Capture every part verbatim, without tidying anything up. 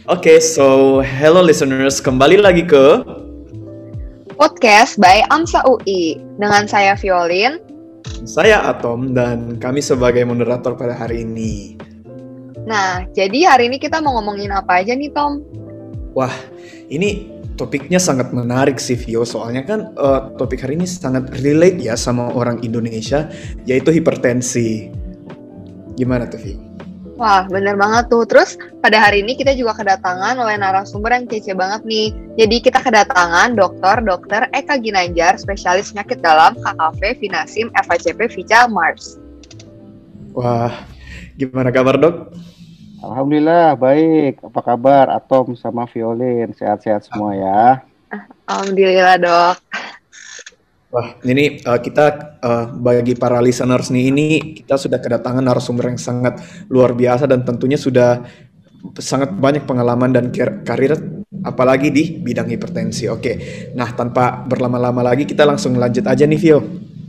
Oke, so hello listeners, kembali lagi ke Podcast by AMSA U I dengan saya Violin. saya Atom dan kami sebagai moderator pada hari ini. Nah, jadi hari ini kita mau ngomongin apa aja nih, Tom? Wah, ini topiknya sangat menarik sih Vio, soalnya kan uh, topik hari ini sangat relate ya sama orang Indonesia, yaitu hipertensi. Gimana tuh Vio? Wah, bener banget tuh. Terus pada hari ini kita juga kedatangan oleh narasumber yang kece banget nih. Jadi kita kedatangan dokter Dokter Eka Ginanjar, spesialis penyakit dalam K K V, Vinasim, F H C P, Vica, Mars. Wah, gimana kabar dok? Alhamdulillah baik. Apa kabar Atom sama Violin? Sehat-sehat semua ya. Alhamdulillah dok. Wah, ini uh, kita uh, bagi para listeners nih, ini kita sudah kedatangan narasumber yang sangat luar biasa dan tentunya sudah sangat banyak pengalaman dan karir, apalagi di bidang hipertensi. Oke, nah tanpa berlama-lama lagi kita langsung lanjut aja nih Vio.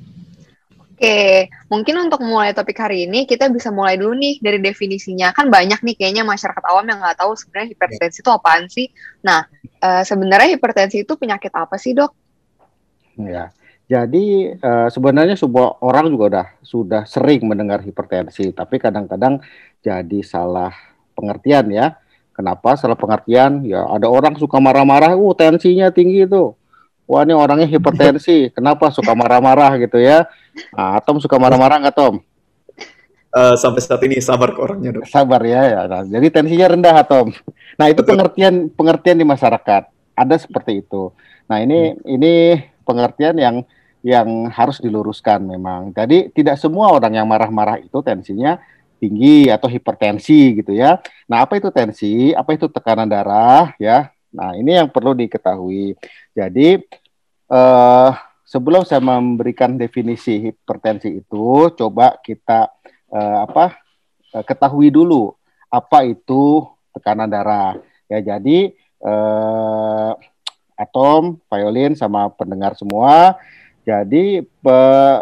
Oke, mungkin untuk mulai topik hari ini kita bisa mulai dulu nih dari definisinya. Kan banyak nih kayaknya masyarakat awam yang nggak tahu sebenarnya hipertensi itu apaan sih. Nah, uh, sebenarnya hipertensi itu penyakit apa sih dok? Ya. Jadi uh, sebenarnya sebuah orang juga udah sudah sering mendengar hipertensi, tapi kadang-kadang jadi salah pengertian ya. Kenapa salah pengertian? Ya ada orang suka marah-marah, uh tensinya tinggi tuh. Wah ini orangnya hipertensi, kenapa suka marah-marah gitu ya? Nah, Atom suka marah-marah nggak Tom? Uh, sampai saat ini sabar ke orangnya dok. Sabar ya, ya. Nah, jadi tensinya rendah Atom. Nah itu Betul. pengertian pengertian di masyarakat ada seperti itu. Nah ini hmm. ini pengertian yang yang harus diluruskan memang. Jadi tidak semua orang yang marah-marah itu tensinya tinggi atau hipertensi gitu ya. Nah apa itu tensi? Apa itu tekanan darah ya? Nah ini yang perlu diketahui. Jadi eh, sebelum saya memberikan definisi hipertensi itu, coba kita eh, apa ketahui dulu apa itu tekanan darah. Ya jadi eh, Atom, Violin sama pendengar semua. Jadi pe,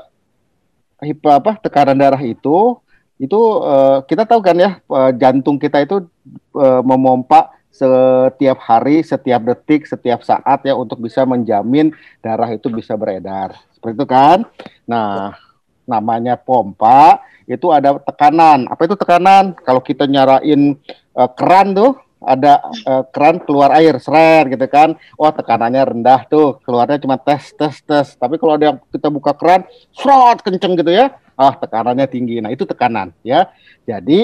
hipo, apa tekanan darah itu itu uh, kita tahu kan ya uh, jantung kita itu uh, memompa setiap hari, setiap detik, setiap saat ya untuk bisa menjamin darah itu bisa beredar. Seperti itu kan? Nah, namanya pompa itu ada tekanan. Apa itu tekanan? Kalau kita nyarain uh, keran tuh ada uh, keran keluar air, seret gitu kan. Wah, tekanannya rendah tuh, keluarnya cuma tes, tes, tes. Tapi kalau ada yang kita buka keran, seret kenceng gitu ya. Ah, tekanannya tinggi. Nah, itu tekanan ya. Jadi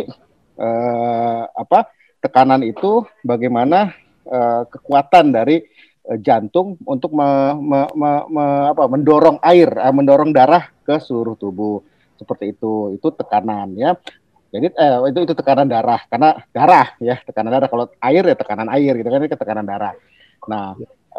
uh, apa? Tekanan itu bagaimana uh, kekuatan dari uh, jantung untuk me, me, me, me, apa, mendorong air, uh, mendorong darah ke seluruh tubuh. Seperti itu. Itu tekanan ya. Jadi eh, itu itu tekanan darah karena darah ya tekanan darah, kalau air ya tekanan air gitu kan, ini tekanan darah. Nah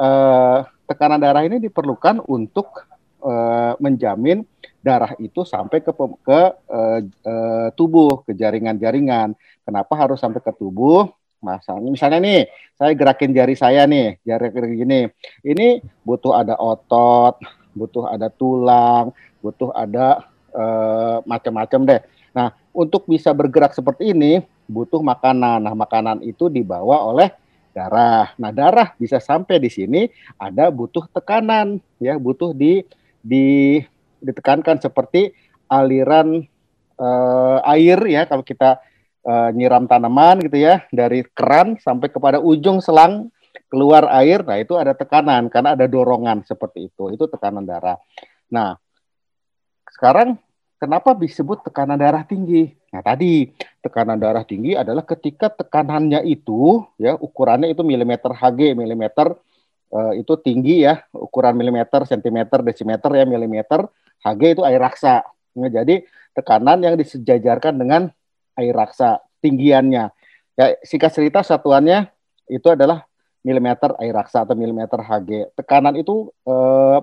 eh, tekanan darah ini diperlukan untuk eh, menjamin darah itu sampai ke ke eh, eh, tubuh, ke jaringan-jaringan. Kenapa harus sampai ke tubuh? Misalnya, misalnya nih saya gerakin jari saya nih, jari gini, ini butuh ada otot, butuh ada tulang, butuh ada eh, macam-macam deh. Nah, untuk bisa bergerak seperti ini butuh makanan. Nah, makanan itu dibawa oleh darah. Nah, darah bisa sampai di sini ada butuh tekanan ya, butuh di di ditekankan seperti aliran uh, air ya, kalau kita uh, nyiram tanaman gitu ya, dari keran sampai kepada ujung selang keluar air. Nah, itu ada tekanan karena ada dorongan seperti itu. Itu tekanan darah. Nah, sekarang kenapa disebut tekanan darah tinggi? Nah tadi tekanan darah tinggi adalah ketika tekanannya itu ya ukurannya itu milimeter Hg, milimeter uh, itu tinggi ya, ukuran milimeter, sentimeter, desimeter ya, milimeter, Hg itu air raksa. Nah, jadi tekanan yang disejajarkan dengan air raksa tinggiannya. Ya singkat cerita satuannya itu adalah milimeter air raksa atau milimeter Hg. Tekanan itu uh,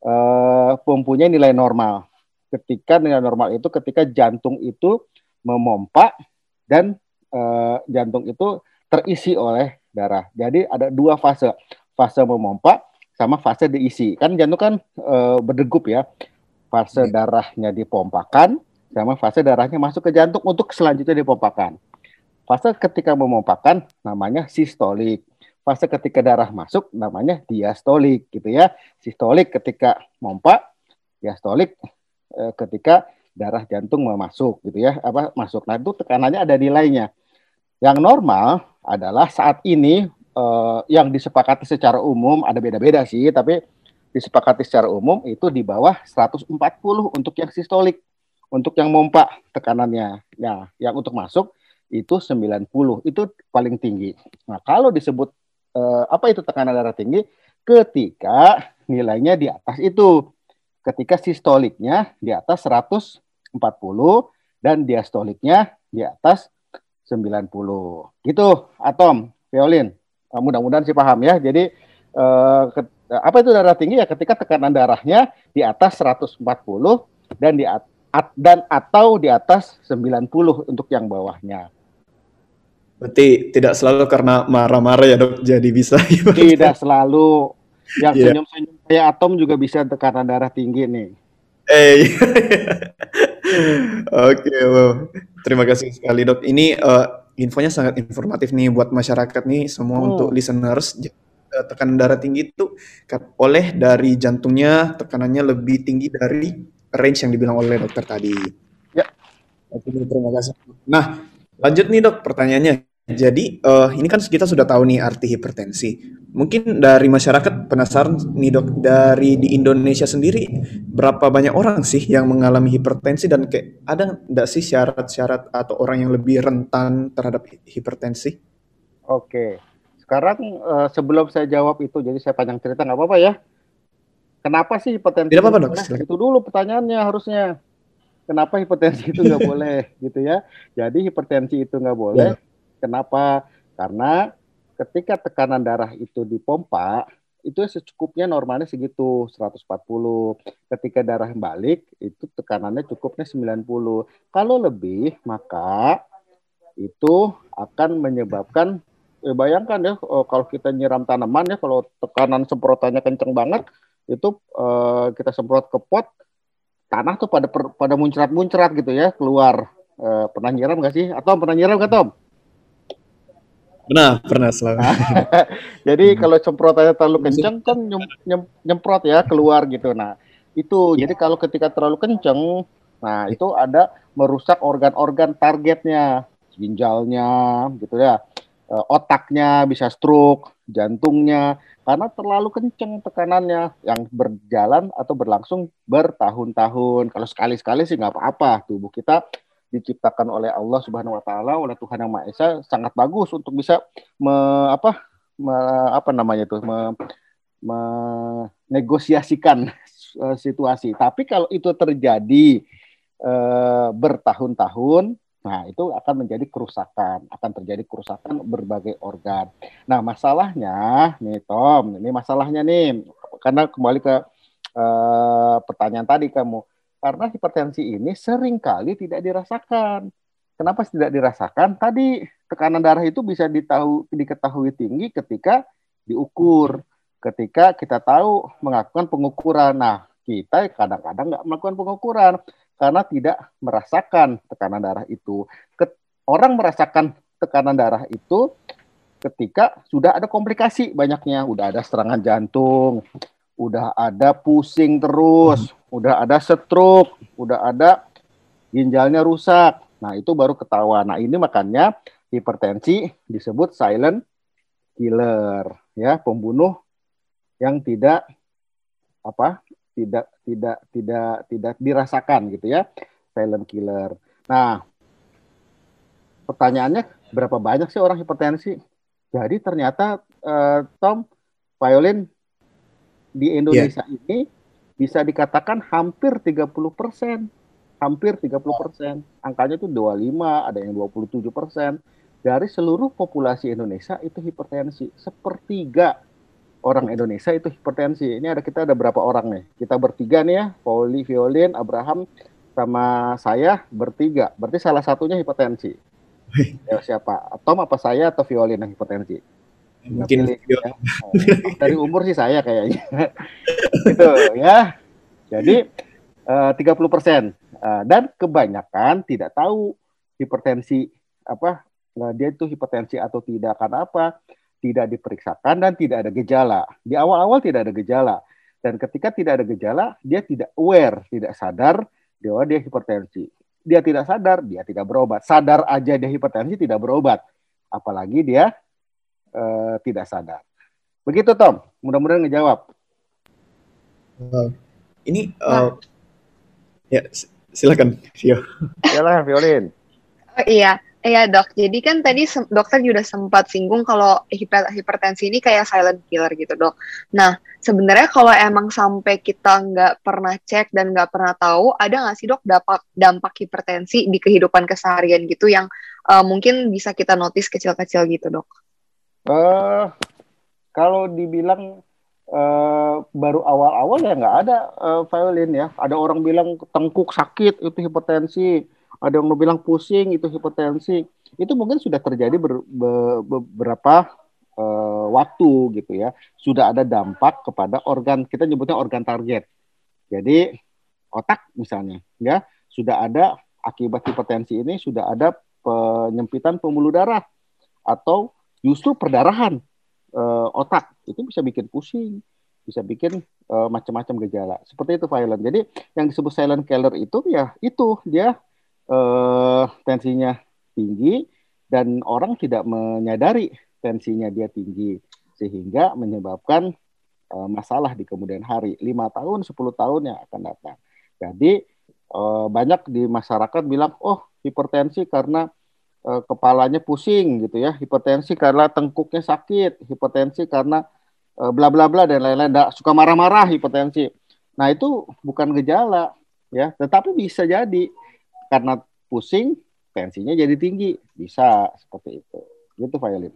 uh, mempunyai nilai normal. Ketika nilai normal itu ketika jantung itu memompa dan e, jantung itu terisi oleh darah. Jadi ada dua fase, fase memompa sama fase diisi. Kan jantung kan e, berdegup ya. Fase yeah. darahnya dipompakan sama fase darahnya masuk ke jantung untuk selanjutnya dipompakan. Fase ketika memompakan namanya sistolik. Fase ketika darah masuk namanya diastolik gitu ya. Sistolik ketika mompa, diastolik eh, ketika darah jantung mau masuk gitu ya. Apa masuk. Nah, itu tekanannya ada nilainya. Yang normal adalah saat ini eh, yang disepakati secara umum ada beda-beda sih, tapi disepakati secara umum itu di bawah seratus empat puluh untuk yang sistolik. Untuk yang mompa tekanannya. Nah, yang untuk masuk itu sembilan puluh. Itu paling tinggi. Nah, kalau disebut eh, apa itu tekanan darah tinggi? Ketika nilainya di atas itu. Ketika sistoliknya di atas seratus empat puluh dan diastoliknya di atas sembilan puluh. Gitu, Atom, Violin. Uh, mudah-mudahan sih paham ya. Jadi uh, ke, apa itu darah tinggi ya ketika tekanan darahnya di atas seratus empat puluh dan di at, dan atau di atas sembilan puluh untuk yang bawahnya. Berarti tidak selalu karena marah-marah ya dok, jadi bisa. Tidak selalu. Yang yeah. senyum-senyum kayak Atom juga bisa tekanan darah tinggi nih. Eh, oke, okay, wow. Terima kasih sekali dok. Ini uh, infonya sangat informatif nih buat masyarakat nih semua hmm. untuk listeners. Tekanan darah tinggi itu oleh dari jantungnya tekanannya lebih tinggi dari range yang dibilang oleh dokter tadi. Ya. Oke, terima kasih. Nah, lanjut nih dok pertanyaannya. Jadi uh, ini kan kita sudah tahu nih arti hipertensi. Mungkin dari masyarakat penasaran nih dok, dari di Indonesia sendiri berapa banyak orang sih yang mengalami hipertensi dan kayak ada nggak sih syarat-syarat atau orang yang lebih rentan terhadap hipertensi? Oke, sekarang uh, sebelum saya jawab itu, jadi saya panjang cerita nggak apa-apa ya? Kenapa sih hipertensi? Tidak apa-apa dok. Itu dulu pertanyaannya harusnya. Kenapa hipertensi itu nggak boleh gitu ya? Jadi hipertensi itu nggak boleh. Ya. Kenapa? Karena ketika tekanan darah itu dipompa, itu secukupnya normalnya segitu, seratus empat puluh. Ketika darah balik, itu tekanannya cukupnya sembilan puluh. Kalau lebih, maka itu akan menyebabkan, eh, bayangkan ya, oh, kalau kita nyiram tanaman ya, kalau tekanan semprotannya kenceng banget, itu eh, kita semprot ke pot, tanah tuh pada pada muncrat-muncrat gitu ya, keluar. Eh, pernah nyiram nggak sih? Atau pernah nyiram nggak, Tom? Pernah, pernah selalu. Jadi hmm. kalau semprotannya terlalu kencang kan nyem, nyem, nyemprot ya keluar gitu. Nah itu ya. Jadi kalau ketika terlalu kencang, nah itu ada merusak organ-organ targetnya, ginjalnya gitu ya, e, otaknya bisa stroke, jantungnya karena terlalu kencang tekanannya yang berjalan atau berlangsung bertahun-tahun. Kalau sekali-sekali sih nggak apa-apa, tubuh kita diciptakan oleh Allah Subhanahu wa taala, oleh Tuhan Yang Maha Esa, sangat bagus untuk bisa me, apa me, apa namanya itu me, menegosiasikan uh, situasi. Tapi kalau itu terjadi uh, bertahun-tahun, nah itu akan menjadi kerusakan, akan terjadi kerusakan berbagai organ. Nah, masalahnya nih Tom, ini masalahnya nih karena kembali ke uh, pertanyaan tadi kamu. Karena hipertensi ini seringkali tidak dirasakan. Kenapa tidak dirasakan? Tadi tekanan darah itu bisa ditahu, diketahui tinggi ketika diukur. Ketika kita tahu melakukan pengukuran. Nah, kita kadang-kadang nggak melakukan pengukuran karena tidak merasakan tekanan darah itu. Orang merasakan tekanan darah itu ketika sudah ada komplikasi banyaknya. Udah ada serangan jantung, udah ada pusing terus, udah ada stroke, udah ada ginjalnya rusak. Nah, itu baru ketahuan. Nah, ini makanya hipertensi disebut silent killer, ya, pembunuh yang tidak apa? tidak tidak tidak tidak dirasakan gitu ya, silent killer. Nah, pertanyaannya berapa banyak sih orang hipertensi? Jadi ternyata eh, Tom, Violin, di Indonesia yeah. ini bisa dikatakan hampir tiga puluh persen. Hampir tiga puluh persen. Angkanya itu dua puluh lima, ada yang dua puluh tujuh persen. Dari seluruh populasi Indonesia itu hipertensi. Sepertiga orang Indonesia itu hipertensi. Ini ada kita ada berapa orang nih? Kita bertiga nih ya, Pauli, Violin, Abraham, sama saya bertiga. Berarti salah satunya hipertensi. Ya, siapa? Tom apa saya atau Violin yang hipertensi? Mungkin pilih, ya. Oh, dari umur sih saya kayaknya. Gitu ya. Jadi uh, tiga puluh persen uh, dan kebanyakan tidak tahu hipertensi apa nah, dia itu hipertensi atau tidak. Karena apa? Tidak diperiksakan dan tidak ada gejala. Di awal-awal tidak ada gejala. Dan ketika tidak ada gejala, dia tidak aware, tidak sadar bahwa dia hipertensi. Dia tidak sadar, dia tidak berobat. Sadar aja dia hipertensi, tidak berobat. Apalagi dia uh, tidak sadar. Begitu, Tom. Mudah-mudahan ngejawab. Uh, ini, uh, ya silakan, Vio. Silakan, Violin. Oh iya, iya dok. Jadi kan tadi dokter juga sempat singgung kalau hiper, hipertensi ini kayak silent killer gitu dok. Nah, sebenarnya kalau emang sampai kita nggak pernah cek dan nggak pernah tahu, ada nggak sih dok dampak, dampak hipertensi di kehidupan keseharian gitu yang uh, mungkin bisa kita notice kecil-kecil gitu dok? Uh, kalau dibilang uh, baru awal-awal ya nggak ada uh, Violin ya. Ada orang bilang tengkuk sakit itu hipertensi. Ada yang bilang pusing itu hipertensi. Itu mungkin sudah terjadi ber, be, beberapa uh, waktu gitu ya. Sudah ada dampak kepada organ, kita nyebutnya organ target. Jadi otak misalnya ya, sudah ada akibat hipertensi ini sudah ada penyempitan pembuluh darah atau justru perdarahan uh, otak. Itu bisa bikin pusing, bisa bikin uh, macam-macam gejala. Seperti itu Violent. Jadi yang disebut silent killer itu ya itu dia Uh, tensinya tinggi dan orang tidak menyadari tensinya dia tinggi sehingga menyebabkan uh, masalah di kemudian hari lima tahun, sepuluh tahun yang akan datang. Jadi uh, banyak di masyarakat bilang oh hipertensi karena uh, kepalanya pusing gitu ya, hipertensi karena tengkuknya sakit, hipertensi karena uh, bla bla bla dan lain-lain, nggak suka marah-marah hipertensi. Nah itu bukan gejala ya, tetapi bisa jadi karena pusing, tensinya jadi tinggi. Bisa seperti itu. Gitu, Violin.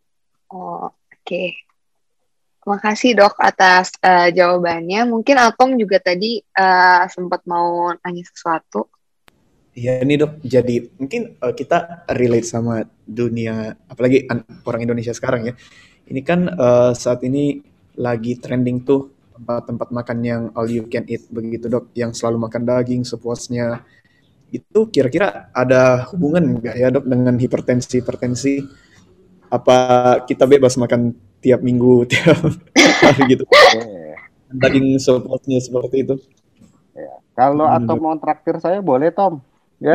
Oh, oke. Okay. Makasih, Dok, atas uh, jawabannya. Mungkin Atom juga tadi uh, sempat mau nanya sesuatu. Iya nih, Dok. Jadi mungkin uh, kita relate sama dunia, apalagi orang Indonesia sekarang ya. Ini kan uh, saat ini lagi trending tuh tempat-tempat makan yang all you can eat begitu, Dok. Yang selalu makan daging sepuasnya. Itu kira-kira ada hubungan nggak ya dok dengan hipertensi hipertensi? Apa kita bebas makan tiap minggu tiap hari gitu? Daging sepuasnya seperti itu. Ya. Kalau hmm. atau mau traktir saya boleh Tom, ya.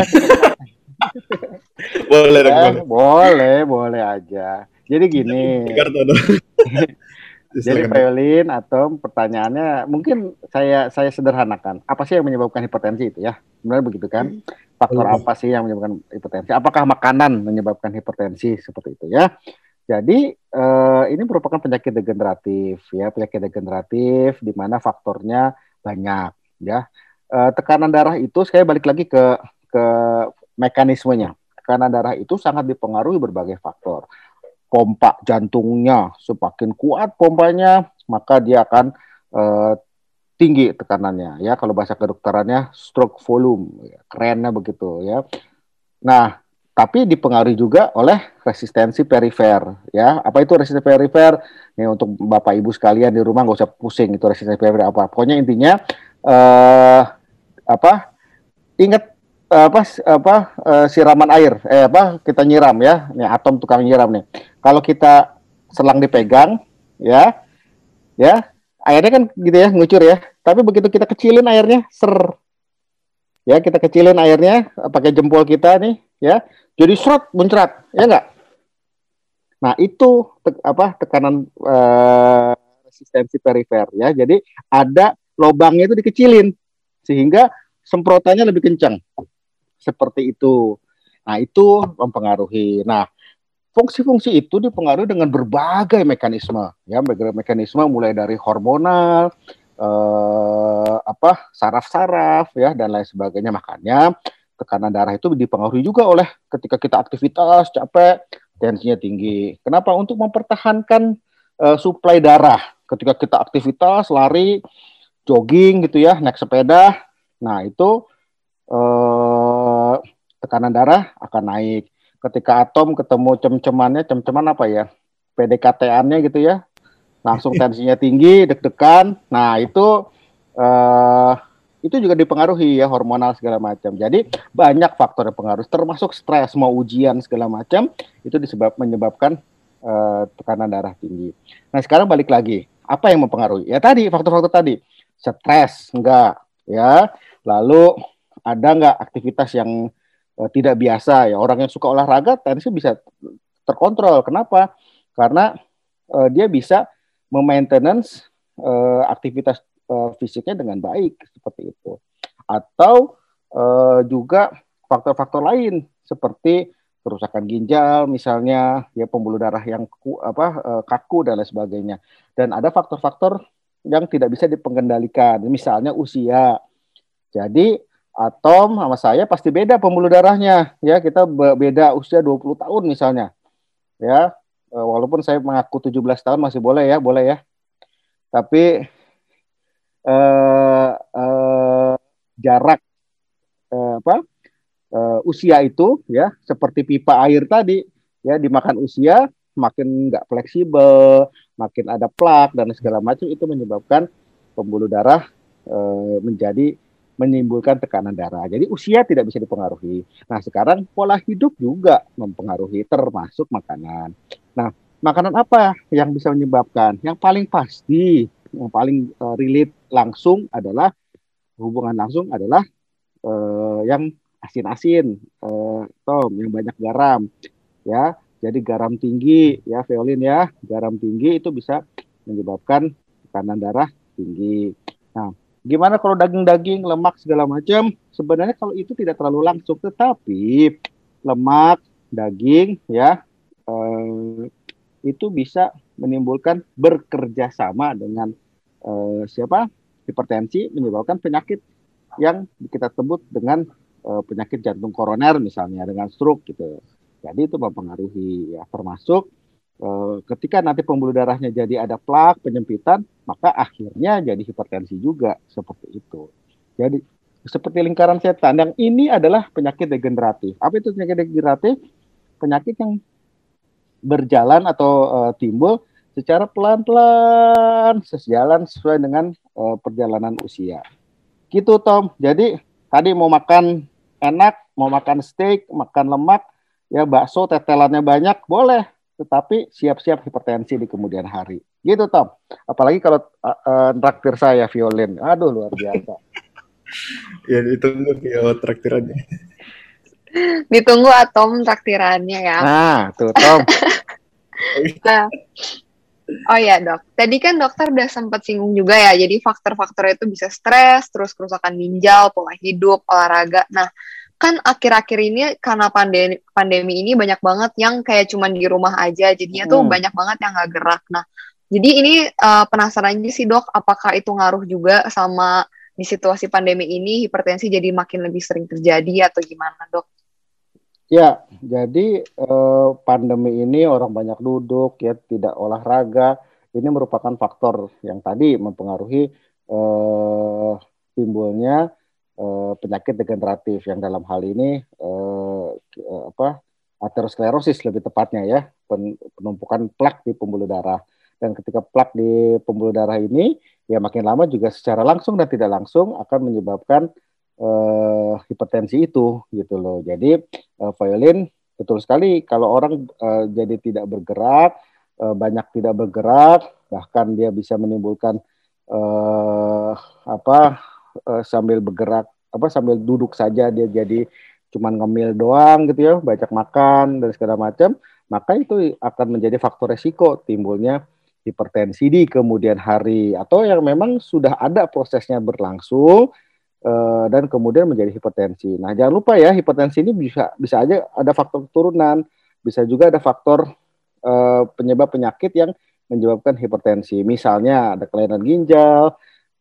boleh dok. Ya, boleh. boleh, boleh aja. Jadi gini. Jadi Violin atau pertanyaannya mungkin saya saya sederhanakan. Apa sih yang menyebabkan hipertensi itu ya? Sebenarnya begitu kan? Faktor apa sih yang menyebabkan hipertensi? Apakah makanan menyebabkan hipertensi seperti itu ya? Jadi eh, ini merupakan penyakit degeneratif ya, penyakit degeneratif di mana faktornya banyak ya. Eh, tekanan darah itu saya balik lagi ke ke mekanismenya. Tekanan darah itu sangat dipengaruhi berbagai faktor. Pompa jantungnya semakin kuat pompanya, maka dia akan uh, tinggi tekanannya ya. Kalau bahasa kedokterannya stroke volume, kerennya begitu ya. Nah, tapi dipengaruhi juga oleh resistensi perifer ya. Apa itu resistensi perifer? Nih untuk Bapak Ibu sekalian di rumah nggak usah pusing itu resistensi perifer apa. Pokoknya intinya uh, apa? Ingat apa apa uh, siraman air eh apa kita nyiram ya. Nih Atom tukang nyiram nih. Kalau kita selang dipegang, ya, ya, airnya kan gitu ya, ngucur ya. Tapi begitu kita kecilin airnya, ser, ya kita kecilin airnya, pakai jempol kita nih, ya, jadi seret, muncrat, ya nggak? Nah itu te- apa tekanan uh, resistensi perifer, ya. Jadi ada lubangnya itu dikecilin, sehingga semprotannya lebih kencang, seperti itu. Nah itu mempengaruhi. Nah fungsi-fungsi itu dipengaruhi dengan berbagai mekanisme, ya, berbagai mekanisme mulai dari hormonal, eh, apa, saraf-saraf, ya, dan lain sebagainya. Makanya tekanan darah itu dipengaruhi juga oleh ketika kita aktivitas capek, tensinya tinggi. Kenapa? Untuk mempertahankan eh, suplai darah. Ketika kita aktivitas, lari, jogging, gitu ya, naik sepeda, nah itu eh, tekanan darah akan naik. Ketika Atom ketemu cem-cemannya, cem-ceman apa ya, P D K T-annya gitu ya, langsung tensinya tinggi, deg-degan. Nah itu uh, itu juga dipengaruhi ya, hormonal segala macam. Jadi banyak faktor yang pengaruh, termasuk stres, mau ujian segala macam, itu disebab menyebabkan uh, tekanan darah tinggi. Nah sekarang balik lagi, apa yang mempengaruhi? Ya tadi faktor-faktor tadi, stres enggak, ya. Lalu ada enggak aktivitas yang uh, tidak biasa ya? Orang yang suka olahraga tensi bisa terkontrol. Kenapa? Karena uh, dia bisa memaintenance uh, aktivitas uh, fisiknya dengan baik seperti itu. Atau uh, juga faktor-faktor lain seperti kerusakan ginjal misalnya, ya pembuluh darah yang ku, apa uh, kaku dan lain sebagainya. Dan ada faktor-faktor yang tidak bisa dipendalikan, misalnya usia. Jadi Atom sama saya pasti beda pembuluh darahnya, ya kita beda usia dua puluh tahun misalnya, ya walaupun saya mengaku tujuh belas tahun masih boleh ya, boleh ya. Tapi eh, eh, jarak eh, apa eh, usia itu ya seperti pipa air tadi, ya dimakan usia makin nggak fleksibel, makin ada plak dan segala macam, itu menyebabkan pembuluh darah eh, menjadi menimbulkan tekanan darah. Jadi usia tidak bisa dipengaruhi. Nah sekarang pola hidup juga mempengaruhi, termasuk makanan. Nah makanan apa yang bisa menyebabkan? Yang paling pasti, yang paling uh, relate langsung adalah, hubungan langsung adalah uh, yang asin-asin, uh, Tom, yang banyak garam, ya. Jadi garam tinggi, ya Violin ya, garam tinggi itu bisa menyebabkan tekanan darah tinggi. Nah, gimana kalau daging-daging, lemak segala macam? Sebenarnya kalau itu tidak terlalu langsung, tetapi lemak, daging, ya. Uh, itu bisa menimbulkan bekerja sama dengan uh, siapa hipertensi, menyebabkan penyakit yang kita sebut dengan uh, penyakit jantung koroner misalnya, dengan stroke gitu. Jadi itu mempengaruhi ya, termasuk uh, ketika nanti pembuluh darahnya jadi ada plak, penyempitan, maka akhirnya jadi hipertensi juga seperti itu. Jadi seperti lingkaran setan, yang ini adalah penyakit degeneratif. Apa itu penyakit degeneratif? Penyakit yang berjalan atau uh, timbul secara pelan-pelan, sejalan sesuai dengan uh, perjalanan usia. Gitu Tom. Jadi tadi mau makan enak, mau makan steak, makan lemak, ya bakso tetelannya banyak, boleh. Tetapi siap-siap hipertensi di kemudian hari. Gitu Tom. Apalagi kalau uh, uh, traktir saya Violin. Aduh luar biasa. Ya ditunggu Vio traktirannya. Ditunggu Atom traktirannya ya. Nah tuh Tom. Nah, oh ya dok, tadi kan dokter udah sempat singgung juga ya, jadi faktor-faktor itu bisa stres, terus kerusakan ginjal, pola hidup, olahraga. Nah, kan akhir-akhir ini karena pandemi, pandemi ini banyak banget yang kayak cuman di rumah aja, jadinya tuh hmm. banyak banget yang gak gerak. Nah, jadi ini uh, penasaran aja sih dok, apakah itu ngaruh juga sama di situasi pandemi ini, hipertensi jadi makin lebih sering terjadi atau gimana dok? Ya, jadi eh, pandemi ini orang banyak duduk, ya tidak olahraga. Ini merupakan faktor yang tadi mempengaruhi eh, timbulnya eh, penyakit degeneratif yang dalam hal ini eh, apa aterosklerosis lebih tepatnya ya, penumpukan plak di pembuluh darah. Dan ketika plak di pembuluh darah ini, ya makin lama juga secara langsung dan tidak langsung akan menyebabkan Uh, hipertensi itu gitu loh. Jadi uh, Violin betul sekali, kalau orang uh, jadi tidak bergerak, uh, banyak tidak bergerak, bahkan dia bisa menimbulkan uh, apa uh, sambil bergerak apa sambil duduk saja dia jadi cuman ngemil doang gitu ya, banyak makan dan segala macam, maka itu akan menjadi faktor resiko timbulnya hipertensi di kemudian hari, atau yang memang sudah ada prosesnya berlangsung Uh, dan kemudian menjadi hipertensi. Nah, jangan lupa ya, hipertensi ini bisa bisa aja ada faktor keturunan, bisa juga ada faktor uh, penyebab penyakit yang menyebabkan hipertensi. Misalnya ada kelainan ginjal,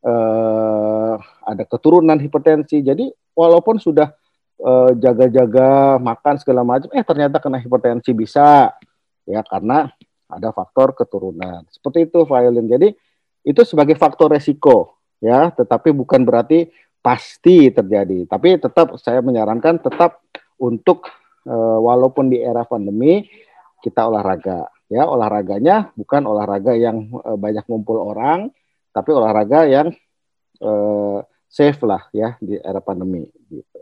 uh, ada keturunan hipertensi. Jadi walaupun sudah uh, jaga-jaga makan segala macam, eh ternyata kena hipertensi bisa, ya karena ada faktor keturunan. Seperti itu, Violin. Jadi itu sebagai faktor resiko, ya, tetapi bukan berarti pasti terjadi. Tapi tetap saya menyarankan tetap untuk uh, walaupun di era pandemi kita olahraga. Ya, olahraganya bukan olahraga yang uh, banyak ngumpul orang, tapi olahraga yang uh, safe lah ya di era pandemi gitu.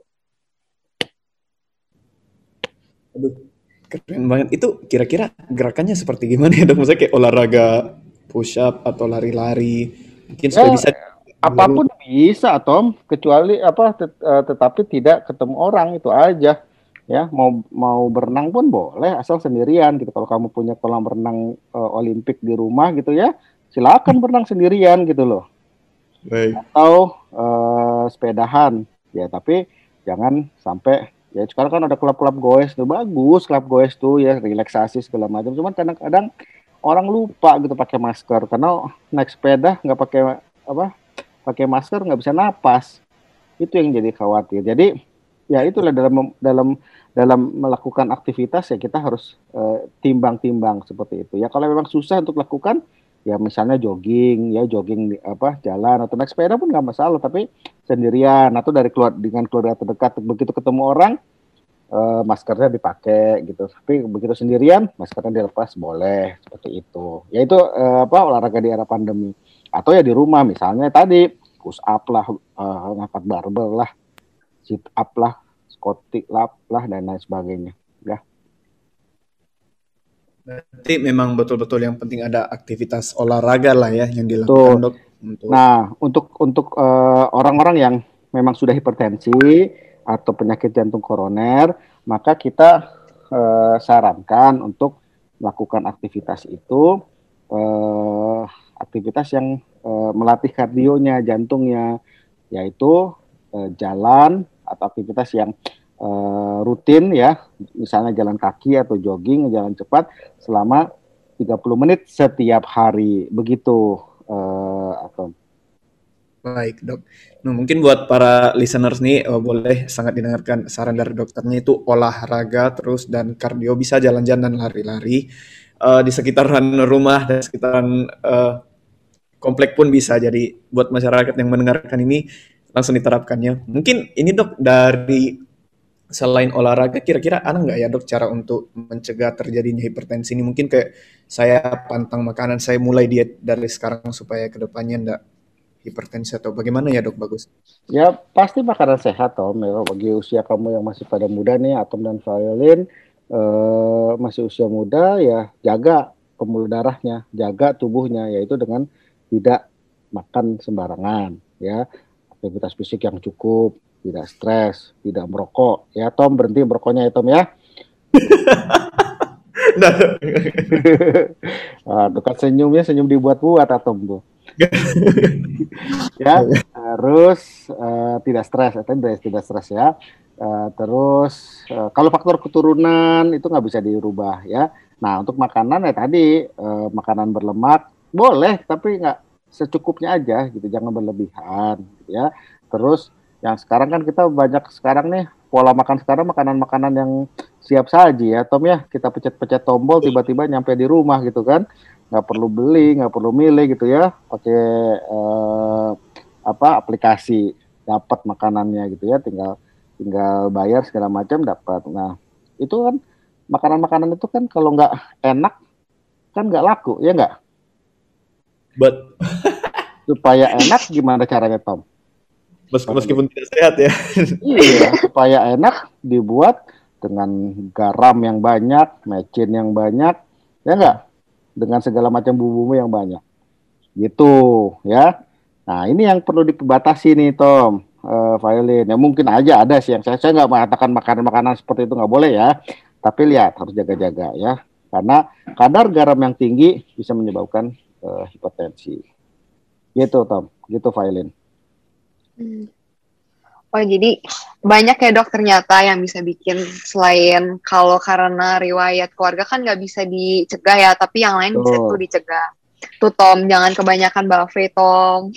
Aduh, keren banget. Itu kira-kira gerakannya seperti gimana ya dok? Maksudnya kayak olahraga push up atau lari-lari, mungkin supaya Ya bisa apapun bisa Tom, kecuali apa tet- eh, tetapi tidak ketemu orang itu aja. Ya mau mau berenang pun boleh asal sendirian gitu. Kalau kamu punya kolam renang eh, Olimpik di rumah gitu ya, silakan berenang sendirian gitu loh. baik. Atau eh, sepedahan ya, tapi jangan sampai ya sekarang kan ada klub-klub goes tuh bagus, klub goes tuh ya relaksasi segala macam. Cuman kadang-kadang orang lupa gitu pakai masker karena naik sepeda nggak pakai apa pakai masker nggak bisa napas, itu yang jadi khawatir. Jadi ya itulah dalam dalam dalam melakukan aktivitas ya kita harus eh, timbang-timbang seperti itu ya. Kalau memang susah untuk lakukan ya misalnya jogging ya, jogging di, apa jalan atau naik sepeda pun nggak masalah, tapi sendirian atau dari keluar dengan keluarga terdekat. Begitu ketemu orang eh, maskernya dipakai gitu, tapi begitu sendirian maskernya dilepas boleh, seperti itu ya. Itu eh, apa olahraga di era pandemi. Atau ya di rumah misalnya tadi push up lah, eh, ngangkat barbel lah, sit up lah, squat up lah, dan lain sebagainya ya. Berarti memang betul-betul yang penting ada aktivitas olahraga lah ya yang dilakukan Tuh. dok. Untuk Nah, untuk untuk eh, orang-orang yang memang sudah hipertensi atau penyakit jantung koroner, maka kita eh, sarankan untuk melakukan aktivitas itu, eh, aktivitas yang eh, melatih kardionya, jantungnya, yaitu eh, jalan atau aktivitas yang eh, rutin ya, misalnya jalan kaki atau jogging, jalan cepat selama tiga puluh menit setiap hari, begitu. eh, atau baik dok. Nah mungkin buat para listeners nih eh, boleh sangat didengarkan saran dari dokternya itu olahraga terus dan kardio, bisa jalan-jalan dan lari-lari eh, di sekitaran rumah dan sekitaran eh, komplek pun bisa. Jadi buat masyarakat yang mendengarkan ini langsung diterapkannya. Mungkin ini dok, dari selain olahraga kira-kira ada nggak ya dok cara untuk mencegah terjadinya hipertensi ini? Mungkin kayak saya pantang makanan, saya mulai diet dari sekarang supaya kedepannya nggak hipertensi atau bagaimana ya dok? Bagus. ya pasti makanan sehat Tom ya, bagi usia kamu yang masih pada muda nih, Atom dan Violin eh, masih usia muda ya, jaga pembuluh darahnya, jaga tubuhnya, yaitu dengan tidak makan sembarangan ya, aktivitas fisik yang cukup, tidak stres, tidak merokok ya Tom, berhenti merokoknya ya Tom ya. Nah, dok. Ah, dekat senyumnya senyum dibuat-buat Atom tuh ya. Terus eh, tidak stres, atau tidak stres ya. Eh, terus eh, kalau faktor keturunan itu nggak bisa dirubah ya. Nah untuk makanan ya tadi eh, makanan berlemak boleh, tapi nggak secukupnya aja gitu, jangan berlebihan gitu ya. Terus yang sekarang kan kita banyak sekarang nih pola makan sekarang, makanan-makanan yang siap saji ya Tom ya, kita pencet-pencet tombol tiba-tiba nyampe di rumah gitu kan, nggak perlu beli, nggak perlu milih gitu ya, pakai eh, apa aplikasi dapat makanannya gitu ya, tinggal tinggal bayar segala macam dapat. Nah itu kan makanan-makanan itu kan kalau nggak enak kan nggak laku ya nggak. But Supaya enak gimana caranya Tom? mes- meskipun tidak sehat ya. Iya, supaya enak dibuat dengan garam yang banyak, mecin yang banyak, ya nggak, dengan segala macam bumbu yang banyak gitu ya. Nah ini yang perlu dibatasi nih Tom, eh, Violin. Ya mungkin aja ada sih yang saya saya nggak mengatakan makanan-makanan seperti itu nggak boleh ya, tapi lihat harus jaga-jaga ya, karena kadar garam yang tinggi bisa menyebabkan eh, hipertensi. Gitu Tom, gitu Violin. Hmm. Oh, jadi banyak ya dok ternyata yang bisa bikin, selain kalau karena riwayat keluarga kan nggak bisa dicegah ya, tapi yang lain bisa tuh Tuh. dicegah. Tuh Tom, jangan kebanyakan buffet Tom.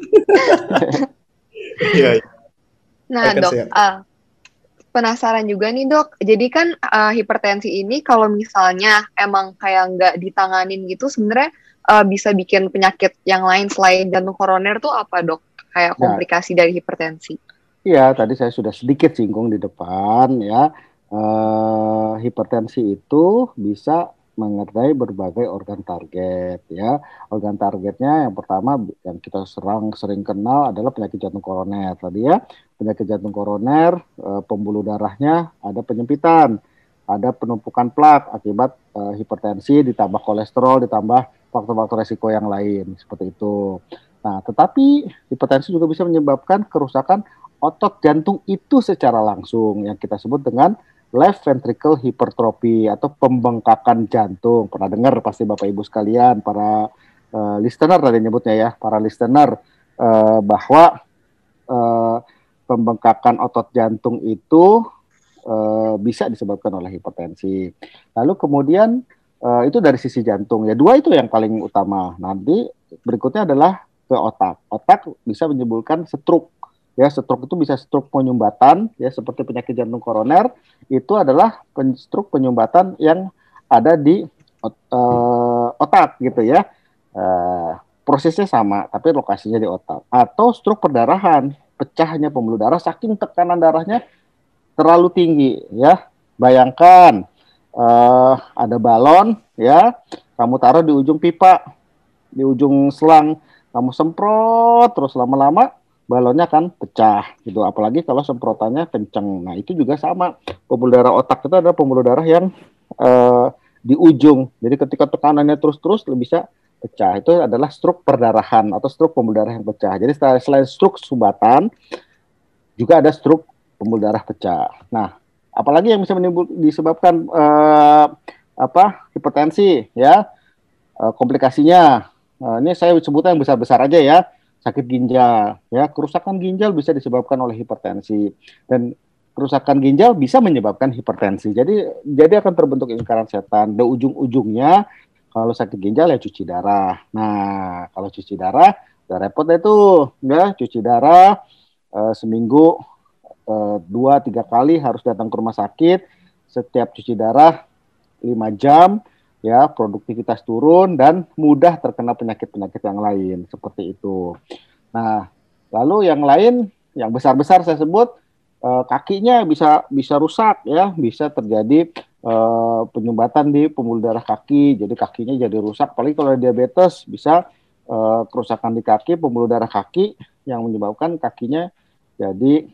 Iya, iya. Nah Akan dok, sehat. ah, penasaran juga nih dok, jadi kan ah, hipertensi ini kalau misalnya emang kayak nggak ditanganin gitu, sebenarnya ah, bisa bikin penyakit yang lain selain jantung koroner tuh apa dok? Kayak Ya, komplikasi dari hipertensi. iya, tadi saya sudah sedikit singgung di depan ya. Eh, hipertensi itu bisa mengenai berbagai organ target ya. Organ targetnya yang pertama yang kita serang sering kenal adalah penyakit jantung koroner tadi ya. Penyakit jantung koroner, e, pembuluh darahnya ada penyempitan, ada penumpukan plak akibat e, hipertensi ditambah kolesterol ditambah faktor-faktor resiko yang lain seperti itu. Nah, tetapi hipertensi juga bisa menyebabkan kerusakan otot jantung itu secara langsung yang kita sebut dengan left ventricle hypertrophy atau pembengkakan jantung. Pernah dengar pasti Bapak Ibu sekalian, para uh, listener tadi nyebutnya ya, para listener uh, bahwa uh, pembengkakan otot jantung itu uh, bisa disebabkan oleh hipertensi. Lalu kemudian uh, itu dari sisi jantung ya, dua itu yang paling utama. Nanti berikutnya adalah ke otak. Otak bisa menimbulkan stroke. Ya, stroke itu bisa stroke penyumbatan ya seperti penyakit jantung koroner itu adalah pen, stroke penyumbatan yang ada di uh, otak gitu ya. Uh, prosesnya sama tapi lokasinya di otak. Atau stroke perdarahan, pecahnya pembuluh darah saking tekanan darahnya terlalu tinggi ya. Bayangkan uh, ada balon ya, kamu taruh di ujung pipa, di ujung selang, kamu semprot terus lama-lama balonnya kan pecah gitu, apalagi kalau semprotannya kenceng. Nah itu juga sama, pembuluh darah otak itu adalah pembuluh darah yang uh, di ujung, jadi ketika tekanannya terus-terus bisa pecah. Itu adalah stroke perdarahan atau stroke pembuluh darah yang pecah. Jadi selain stroke sumbatan juga ada stroke pembuluh darah pecah. Nah apalagi yang bisa menimbul, disebabkan uh, apa hipertensi ya, uh, komplikasinya uh, ini saya sebutnya yang besar-besar aja ya. Sakit ginjal, ya kerusakan ginjal bisa disebabkan oleh hipertensi dan kerusakan ginjal bisa menyebabkan hipertensi. Jadi jadi akan terbentuk lingkaran setan. Dan ujung-ujungnya kalau sakit ginjal ya cuci darah. Nah kalau cuci darah udah repot deh tuh, ya cuci darah e, seminggu e, dua tiga kali harus datang ke rumah sakit. Setiap cuci darah lima jam. Ya, produktivitas turun dan mudah terkena penyakit-penyakit yang lain seperti itu. Nah, lalu yang lain yang besar-besar saya sebut eh, kakinya bisa bisa rusak ya, bisa terjadi eh, penyumbatan di pembuluh darah kaki, jadi kakinya jadi rusak. Apalagi kalau diabetes bisa eh, kerusakan di kaki, pembuluh darah kaki yang menyebabkan kakinya jadi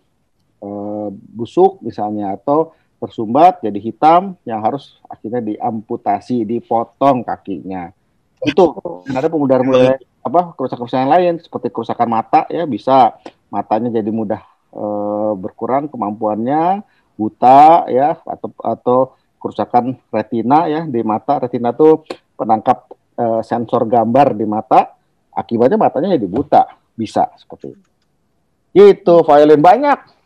eh, busuk misalnya atau tersumbat jadi hitam yang harus akhirnya diamputasi, dipotong kakinya. Itu ada pembuluh darah mulai apa kerusakan-kerusakan lain seperti kerusakan mata ya, bisa matanya jadi mudah e, berkurang kemampuannya, buta ya, atau atau kerusakan retina ya di mata. Retina itu penangkap e, sensor gambar di mata, akibatnya matanya jadi buta, bisa seperti itu. Itu violin banyak.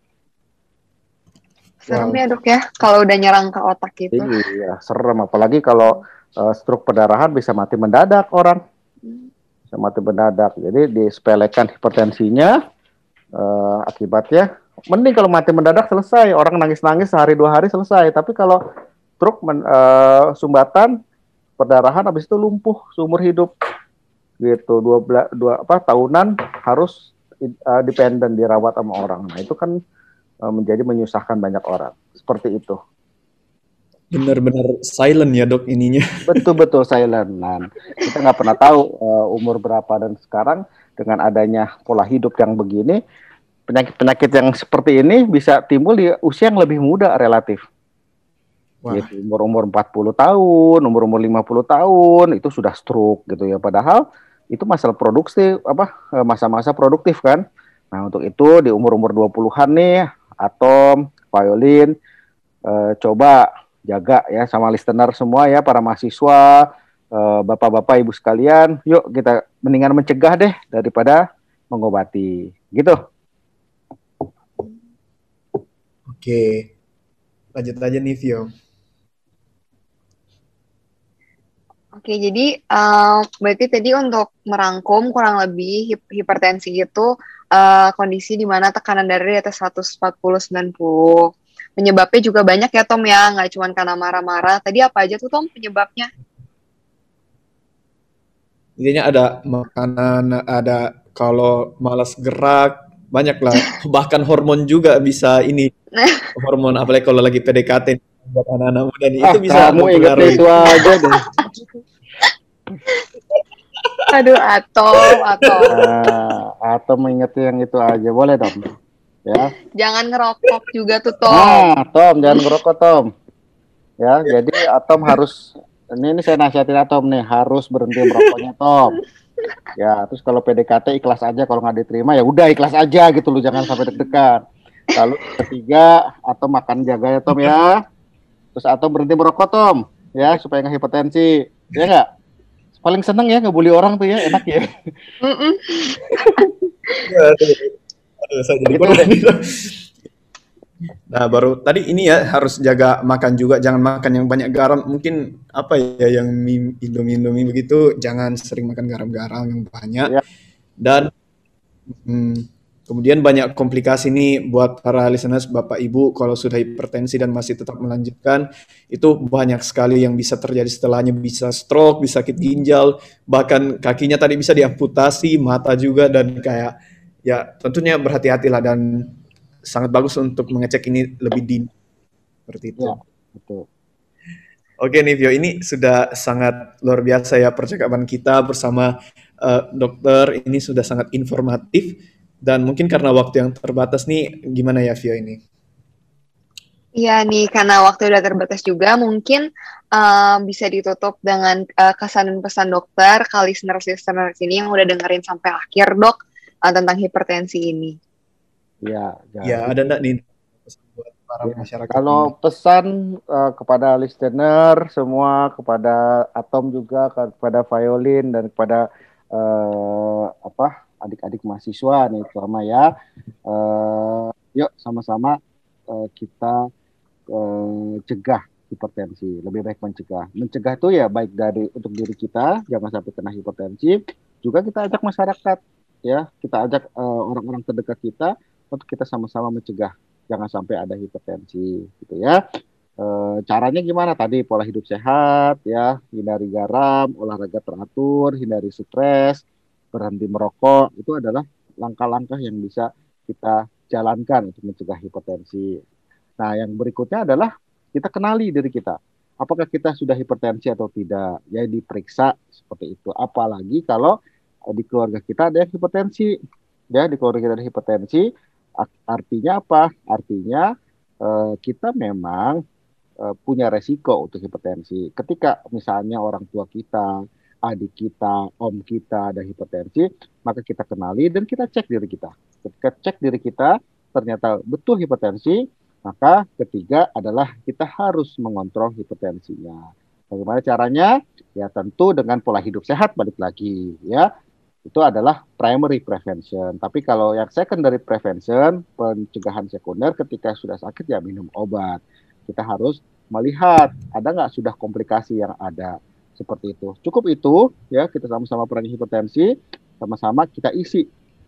Serem ya dok ya, kalau udah nyerang ke otak gitu. Iya, serem. Apalagi kalau uh, stroke perdarahan bisa mati mendadak orang. Bisa mati mendadak. Jadi disepelekan hipertensinya, uh, akibatnya. Mending kalau mati mendadak selesai. Orang nangis-nangis sehari dua hari selesai. Tapi kalau stroke men, uh, sumbatan, perdarahan habis itu lumpuh seumur hidup. Gitu, dua, dua apa tahunan harus uh, dependen dirawat sama orang. Nah itu kan menjadi menyusahkan banyak orang. Seperti itu. Benar-benar silent ya dok ininya. Betul-betul silent. Nah, kita nggak pernah tahu uh, umur berapa, dan sekarang dengan adanya pola hidup yang begini, penyakit-penyakit yang seperti ini bisa timbul di usia yang lebih muda relatif. Gitu, umur-umur empat puluh tahun, umur-umur lima puluh tahun, itu sudah stroke gitu ya. Padahal itu masalah produksi, apa masa-masa produktif kan. Nah, untuk itu di umur-umur dua puluhan nih, Atom, violin, eh, coba jaga ya sama listener semua ya, para mahasiswa, eh, bapak-bapak, ibu sekalian, yuk kita mendingan mencegah deh daripada mengobati, gitu. Oke, lanjut aja nih Vio. Oke, jadi uh, berarti tadi untuk merangkum kurang lebih hip- hipertensi itu uh, kondisi di mana tekanan darah di atas seratus empat puluh sembilan puluh. Penyebabnya juga banyak ya Tom ya, nggak cuma karena marah-marah. Tadi apa aja tuh Tom penyebabnya? Intinya ada makanan, ada kalau malas gerak, banyak lah. Bahkan hormon juga bisa ini. Hormon, apalagi kalau lagi P D K T. buat anak-anak muda nih. Ah, Itu bisa kamu ingat mempengaruhi. itu aja deh. Aduh, Atom, Atom. Nah, atau mengingat yang itu aja boleh Tom. Ya. Jangan ngerokok juga tuh, Tom. Nah, Tom jangan ngerokok Tom. Ya, jadi Atom harus ini, ini saya nasihatin Atom nih harus berhenti merokoknya Tom. Ya, terus kalau P D K T ikhlas aja, kalau nggak diterima ya udah ikhlas aja gitu loh, jangan sampai deg-degan. Lalu ketiga, Atom makan jaga ya Tom ya. Terus Atom berhenti merokok Tom, ya supaya nggak hipertensi, ya nggak? Paling seneng ya ngebully orang tuh ya, enak ya. Mm-mm. Aduh, aduh, saya jadi Gitu korban deh. itu. Nah, baru tadi ini ya harus jaga makan juga, jangan makan yang banyak garam. Mungkin apa ya yang mie- Indomie-Indomie begitu, jangan sering makan garam-garam yang banyak. Ya, Dan hmm, kemudian banyak komplikasi nih buat para listeners, Bapak Ibu, kalau sudah hipertensi dan masih tetap melanjutkan, itu banyak sekali yang bisa terjadi setelahnya, bisa stroke, bisa sakit ginjal, bahkan kakinya tadi bisa diamputasi, mata juga, dan kayak ya tentunya berhati-hatilah dan sangat bagus untuk mengecek ini lebih dini seperti itu. ya, betul. Oke nih Vio, ini sudah sangat luar biasa ya percakapan kita bersama uh, dokter, ini sudah sangat informatif dan mungkin karena waktu yang terbatas nih, gimana ya Vio ini? Iya nih, karena waktu udah terbatas juga, mungkin uh, bisa ditutup dengan uh, kesan dan pesan dokter ke listeners-listeners ini yang udah dengerin sampai akhir, Dok, uh, tentang hipertensi ini. Ya, Ya, jadi ada enggak nih pesan buat para ya, masyarakat kalau ini? pesan uh, kepada listener semua, kepada Atom juga, kepada Violin dan kepada uh, apa adik-adik mahasiswa nih terutama ya, uh, yuk sama-sama uh, kita uh, cegah hipertensi. Lebih baik mencegah. Mencegah itu ya baik dari untuk diri kita jangan sampai kena hipertensi. Juga kita ajak masyarakat ya, kita ajak uh, orang-orang terdekat kita untuk kita sama-sama mencegah jangan sampai ada hipertensi gitu ya. E, caranya gimana tadi? Pola hidup sehat ya, hindari garam, olahraga teratur, hindari stres, berhenti merokok. Itu adalah langkah-langkah yang bisa kita jalankan untuk mencegah hipertensi. Nah, yang berikutnya adalah kita kenali diri kita. Apakah kita sudah hipertensi atau tidak? Ya diperiksa seperti itu. Apalagi kalau di keluarga kita ada yang hipertensi. Ya, di keluarga kita ada hipertensi. Artinya apa? Artinya eh, kita memang eh, punya resiko untuk hipertensi. Ketika misalnya orang tua kita, adik kita, om kita ada hipertensi, maka kita kenali dan kita cek diri kita. Ketika cek diri kita, ternyata betul hipertensi, maka ketiga adalah kita harus mengontrol hipertensinya. Bagaimana caranya? Ya tentu dengan pola hidup sehat, balik lagi ya. Itu adalah primary prevention. Tapi kalau yang secondary prevention, pencegahan sekunder ketika sudah sakit ya minum obat. Kita harus melihat ada nggak sudah komplikasi yang ada seperti itu. Cukup itu ya, kita sama-sama perangi hipertensi, sama-sama kita isi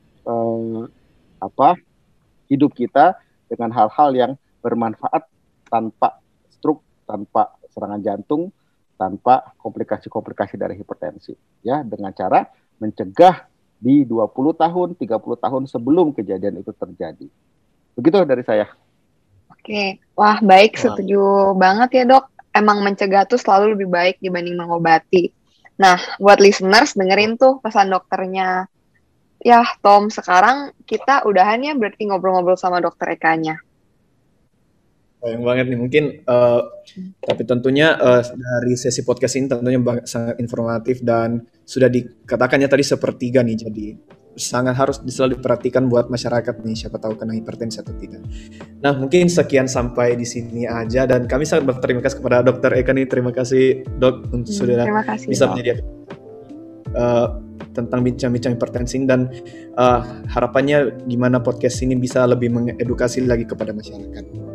eh, apa hidup kita dengan hal-hal yang bermanfaat tanpa stroke, tanpa serangan jantung, tanpa komplikasi-komplikasi dari hipertensi. Ya, dengan cara mencegah di dua puluh tahun, tiga puluh tahun sebelum kejadian itu terjadi. Begitu dari saya. Oke, wah baik, Wah. setuju banget ya dok. Emang mencegah tuh selalu lebih baik dibanding mengobati. Nah, buat listeners dengerin tuh pesan dokternya. Ya, Tom, sekarang kita udahan ya berarti ngobrol-ngobrol sama dokter Eka-nya. Sayang banget nih, mungkin uh, tapi tentunya uh, dari sesi podcast ini tentunya bang- sangat informatif dan sudah dikatakannya tadi sepertiga nih, jadi sangat harus selalu diperhatikan buat masyarakat nih, siapa tahu kena hipertensi atau tidak. Nah, mungkin sekian sampai di sini aja dan kami sangat berterima kasih kepada dokter Eka nih, terima kasih dok untuk Hmm, sudah terima kasih, bisa Dok. menyediakan uh, tentang bincang-bincang hipertensi dan uh, harapannya gimana podcast ini bisa lebih mengedukasi lagi kepada masyarakat.